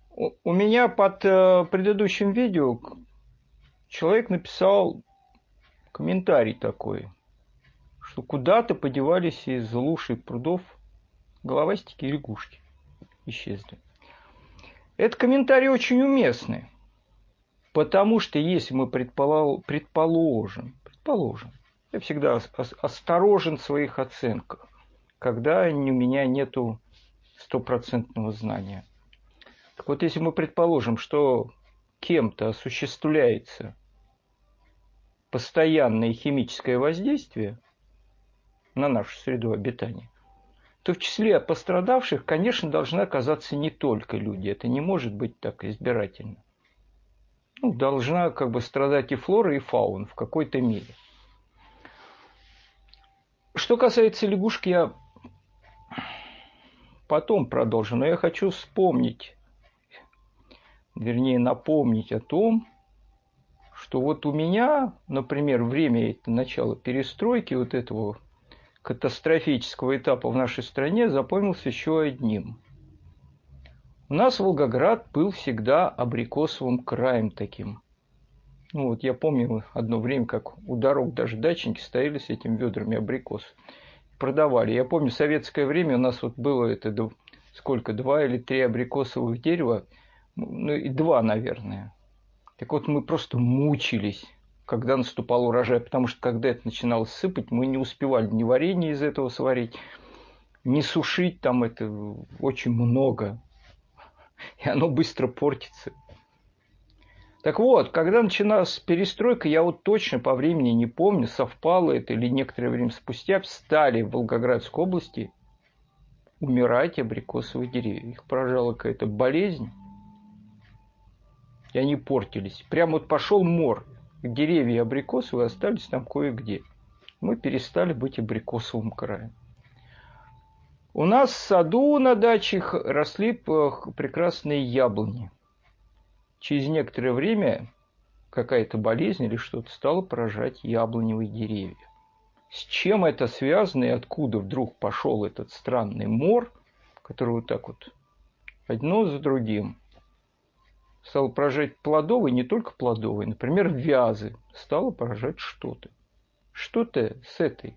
У меня под предыдущим видео человек написал комментарий такой, что куда-то подевались из луж и прудов головастики и лягушки. Исчезли. Этот комментарий очень уместный, потому что если мы предположим, я всегда осторожен в своих оценках, когда у меня нету стопроцентного знания. Так вот, если мы предположим, что кем-то осуществляется постоянное химическое воздействие на нашу среду обитания, то в числе пострадавших, конечно, должны оказаться не только люди. Это не может быть так избирательно. Ну, должна как бы страдать и флора, и фауна в какой-то мере. Что касается лягушек, я потом продолжу, но я хочу вспомнить, вернее напомнить о том, что вот у меня, например, время это начало перестройки вот этого катастрофического этапа в нашей стране запомнился еще одним. У нас Волгоград был всегда абрикосовым краем таким. Ну вот я помню одно время, как у дорог даже дачники стояли с этими ведрами абрикос. Продавали. Я помню, в советское время у нас вот было это сколько, 2 или 3 абрикосовых дерева, ну и 2, наверное. Так вот мы просто мучились, когда наступал урожай, потому что когда это начиналось сыпать, мы не успевали ни варенье из этого сварить, ни сушить, там это очень много, и оно быстро портится. Так вот, когда начиналась перестройка, я вот точно по времени не помню, совпало это или некоторое время спустя, стали в Волгоградской области умирать абрикосовые деревья. Их поражала какая-то болезнь, и они портились. Прямо вот пошел мор. Деревья абрикосовые остались там кое-где. Мы перестали быть абрикосовым краем. У нас в саду на даче росли прекрасные яблони. Через некоторое время какая-то болезнь или что-то стало поражать яблоневые деревья. С чем это связано и откуда вдруг пошел этот странный мор, который вот так вот одно за другим стал поражать плодовые, не только плодовые, например, вязы, стало поражать что-то. Что-то с этой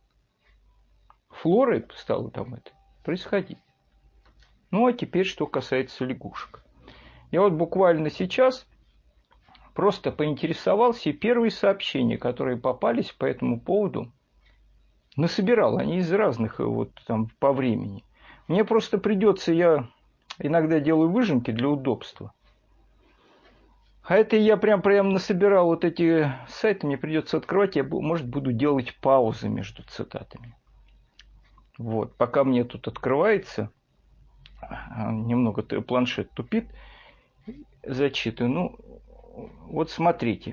флорой стало там это происходить. Ну, а теперь, что касается лягушек. Я вот буквально сейчас просто поинтересовался, и первые сообщения, которые попались по этому поводу, насобирал. Они из разных вот там по времени. Мне просто придется, я иногда делаю выжимки для удобства. А это я прям насобирал вот эти сайты, мне придется открывать, я, может, буду делать паузы между цитатами. Вот, пока мне тут открывается, немного планшет тупит, зачитываю. Ну, вот смотрите.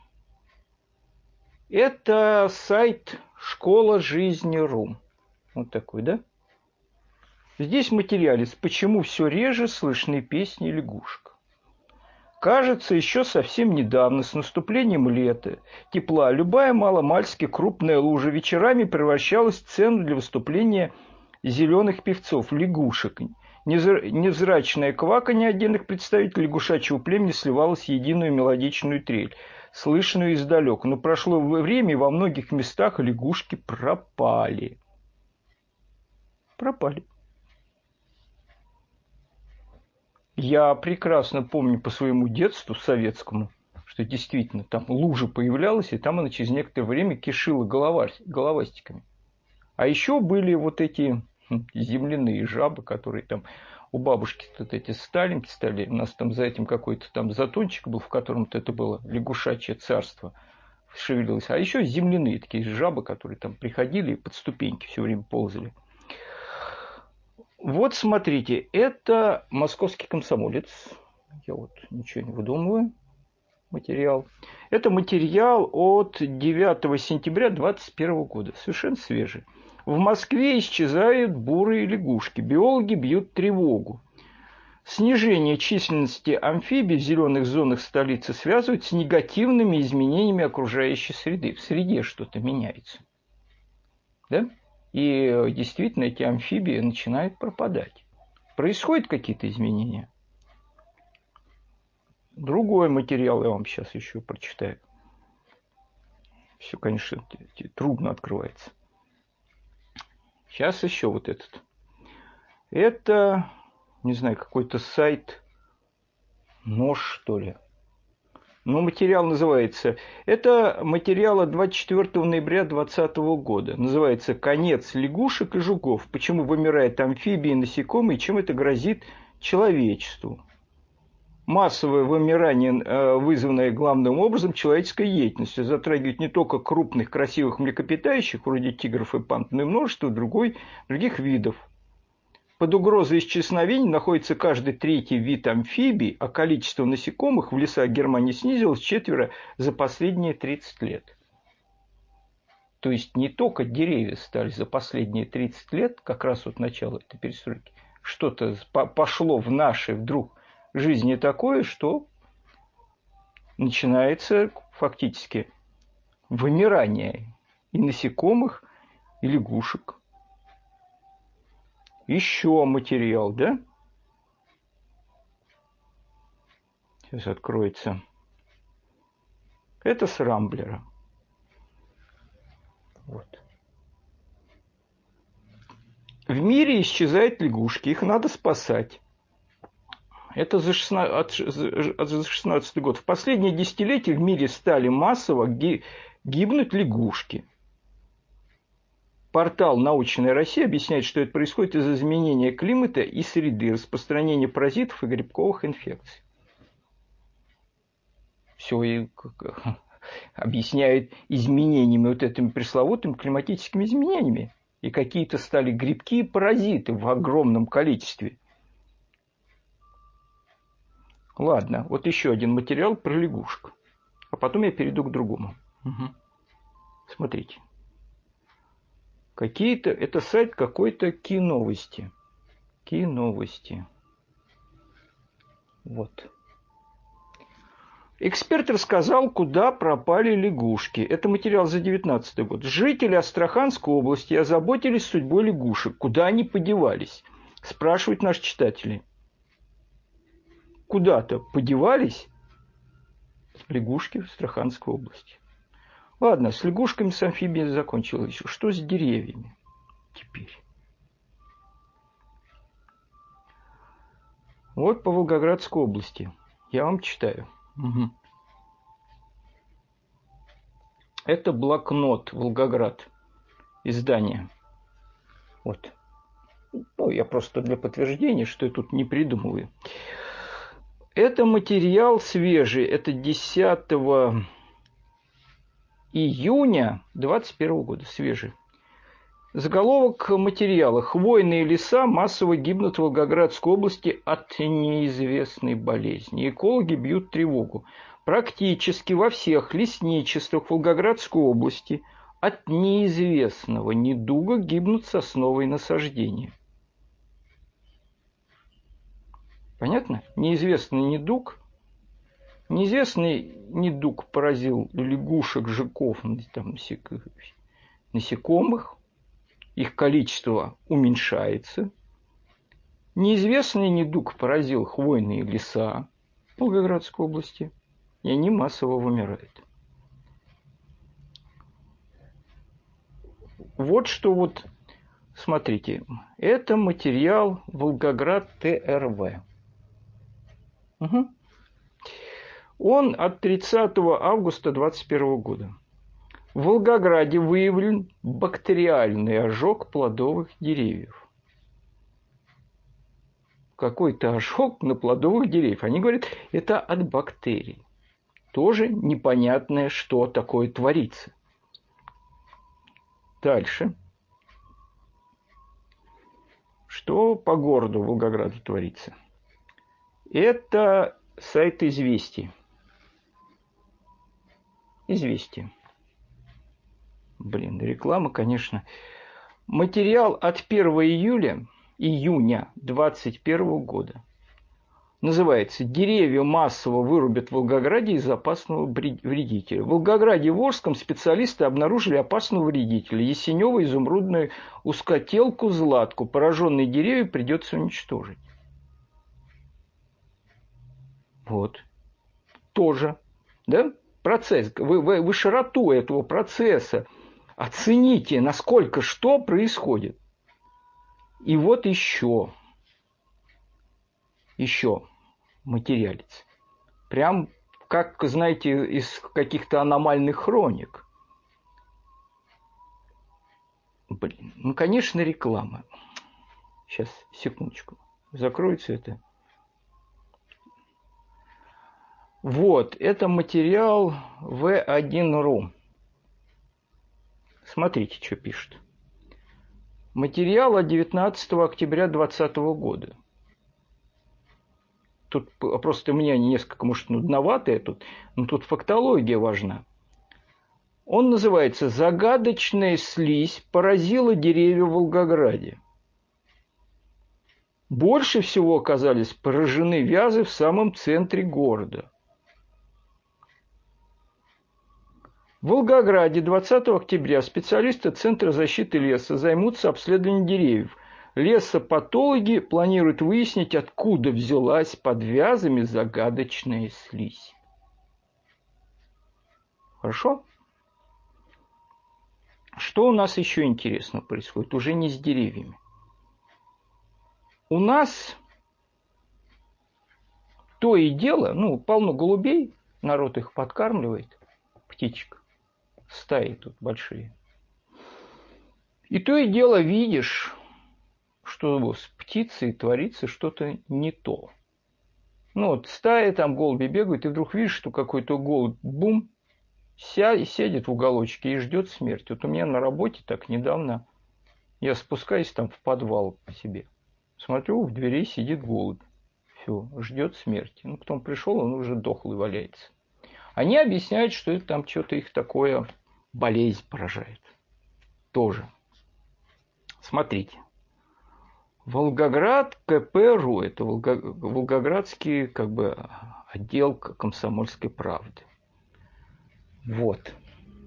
Это сайт «Школа жизни.ру». Вот такой, да? Здесь материалец «Почему все реже слышны песни лягушек». Кажется, еще совсем недавно, с наступлением лета, тепла, любая маломальски крупная лужа вечерами превращалась в сцену для выступления зеленых певцов, лягушек. Невзрачное кваканье отдельных представителей лягушачьего племени сливалось в единую мелодичную трель, слышную издалека. Но прошло время, и во многих местах лягушки пропали. Пропали. Я прекрасно помню по своему детству советскому, что действительно там лужа появлялась, и там она через некоторое время кишила головастиками. А еще были вот эти земляные жабы, которые там у бабушки вот эти сталинки стали, у нас там за этим какой-то там затончик был, в котором это было лягушачье царство шевелилось. А еще земляные такие жабы, которые там приходили и под ступеньки все время ползали. Вот смотрите, это московский комсомолец. Я вот ничего не выдумываю. Материал. Это материал от 9 сентября 2021 года. Совершенно свежий. В Москве исчезают бурые лягушки. Биологи бьют тревогу. Снижение численности амфибий в зеленых зонах столицы связывают с негативными изменениями окружающей среды. В среде что-то меняется. Да? И действительно эти амфибии начинают пропадать. Происходят какие-то изменения. Другой материал я вам сейчас еще прочитаю. Все, конечно, трудно открывается. Сейчас еще вот этот. Это, не знаю, какой-то сайт, нож, что ли. Ну, материал называется... Это материал от 24 ноября 2020 года. Называется «Конец лягушек и жуков. Почему вымирают амфибии и насекомые, и чем это грозит человечеству». Массовое вымирание, вызванное главным образом человеческой деятельностью, затрагивает не только крупных красивых млекопитающих, вроде тигров и панд, но и множество других видов. Под угрозой исчезновения находится каждый третий вид амфибий, а количество насекомых в лесах Германии снизилось вчетверо за последние 30 лет. То есть не только деревья стали за последние 30 лет, как раз от начала этой перестройки, что-то пошло в нашей вдруг жизни такое, что начинается фактически вымирание и насекомых, и лягушек. Еще материал, да? Сейчас откроется. Это с Рамблера. Вот. В мире исчезают лягушки, их надо спасать. Это за 16 год. В последние десятилетия в мире стали массово гибнуть лягушки. Портал «Научная Россия» объясняет, что это происходит из-за изменения климата и среды, распространения паразитов и грибковых инфекций. Все и объясняет изменениями, вот этими пресловутыми климатическими изменениями. И какие-то стали грибки и паразиты в огромном количестве. Ладно, вот еще один материал про лягушек. А потом я перейду к другому. Угу. Смотрите. Какие-то, это сайт какой-то Киновости. Киновости. Вот. Эксперт рассказал, куда пропали лягушки. Это материал за 2019 год. Жители Астраханской области озаботились судьбой лягушек. Куда они подевались? Спрашивают наши читатели. Куда-то подевались лягушки в Астраханской области. Ладно, с лягушками, с амфибиями закончилось еще. Что с деревьями теперь? Вот по Волгоградской области. Я вам читаю. Угу. Это блокнот Волгоград. Издание. Вот. Ну, я просто для подтверждения, что я тут не придумываю. Это материал свежий. Это 10 июня 2021 года. Свежий. Заголовок материала. Хвойные леса массово гибнут в Волгоградской области от неизвестной болезни. Экологи бьют тревогу. Практически во всех лесничествах Волгоградской области от неизвестного недуга гибнут сосновые насаждения. Понятно? Неизвестный недуг. Неизвестный недуг поразил лягушек, жуков, там, насекомых. Их количество уменьшается. Неизвестный недуг поразил хвойные леса в Волгоградской области, и они массово вымирают. Вот что вот, смотрите, это материал Волгоград ТРВ. Угу. Он от 30 августа 2021 года. В Волгограде выявлен бактериальный ожог плодовых деревьев. Какой-то ожог на плодовых деревьях. Они говорят, это от бактерий. Тоже непонятное, что такое творится. Дальше. Что по городу Волгограду творится? Это сайт «Известий». «Известия». Блин, реклама, конечно. Материал от 1 июня 2021 года. Называется «Деревья массово вырубят в Волгограде из-за опасного вредителя». В Волгограде и Волжском специалисты обнаружили опасного вредителя – ясенево-изумрудную узкотелку златку. Пораженные деревья придется уничтожить. Вот. тоже. Да? Процесс. Вы широту этого процесса оцените, насколько что происходит. И вот еще материалец. Прям, как, знаете, из каких-то аномальных хроник. Блин, ну, конечно, реклама. Сейчас, секундочку. Закроется это. Вот, это материал V1.ru. Смотрите, что пишет. Материал от 19 октября 2020 года. Тут просто у меня несколько, может, нудноватое тут, но тут фактология важна. Он называется «Загадочная слизь поразила деревья в Волгограде». Больше всего оказались поражены вязы в самом центре города. В Волгограде 20 октября специалисты Центра защиты леса займутся обследованием деревьев. Лесопатологи планируют выяснить, откуда взялась под вязами загадочная слизь. Хорошо? Что у нас еще интересно происходит? Уже не с деревьями. У нас то и дело, полно голубей, народ их подкармливает, птичек, стаи тут большие. И то и дело видишь, что с птицей творится что-то не то. Стая, там голуби бегают, и вдруг видишь, что какой-то голубь, бум, сядет в уголочке и ждет смерти. Вот у меня на работе так недавно, я спускаюсь там в подвал к себе, смотрю, в двери сидит голубь. Все, ждет смерти. Потом пришел, он уже дохлый валяется. Они объясняют, что это там что-то их такое, болезнь поражает. Тоже. Смотрите. Волгоград КП.ру. Это Волгоградский отдел Комсомольской правды. Вот.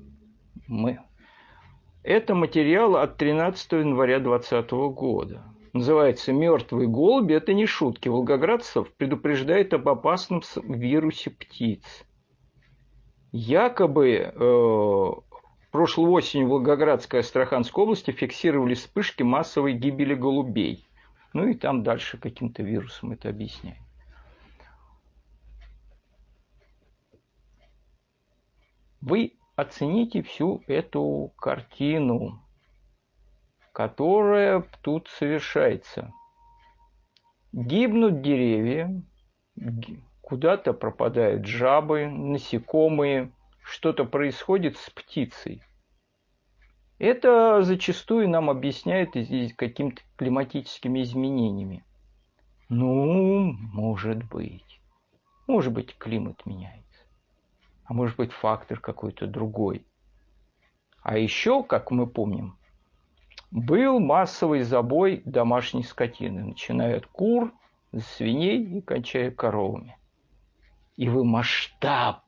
Это материал от 13 января 2020 года. Называется «Мертвые голуби – это не шутки. Волгоградцев предупреждает об опасном вирусе птиц». Якобы прошлой осенью в Волгоградской и Астраханской области фиксировали вспышки массовой гибели голубей. И там дальше каким-то вирусом это объясняет. Вы оцените всю эту картину, которая тут совершается. Гибнут деревья, куда-то пропадают жабы, насекомые, что-то происходит с птицей. Это зачастую нам объясняют какими-то климатическими изменениями. Может быть. Может быть, климат меняется. А может быть, фактор какой-то другой. А еще, как мы помним, был массовый забой домашней скотины, начиная от кур, свиней и кончая коровами. И вы масштаб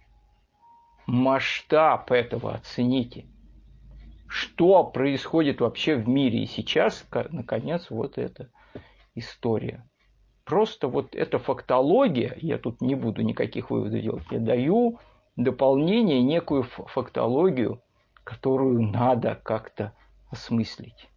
этого оцените. Что происходит вообще в мире? И сейчас, наконец, вот эта история. Просто вот эта фактология, я тут не буду никаких выводов делать, я даю дополнение, некую фактологию, которую надо как-то осмыслить.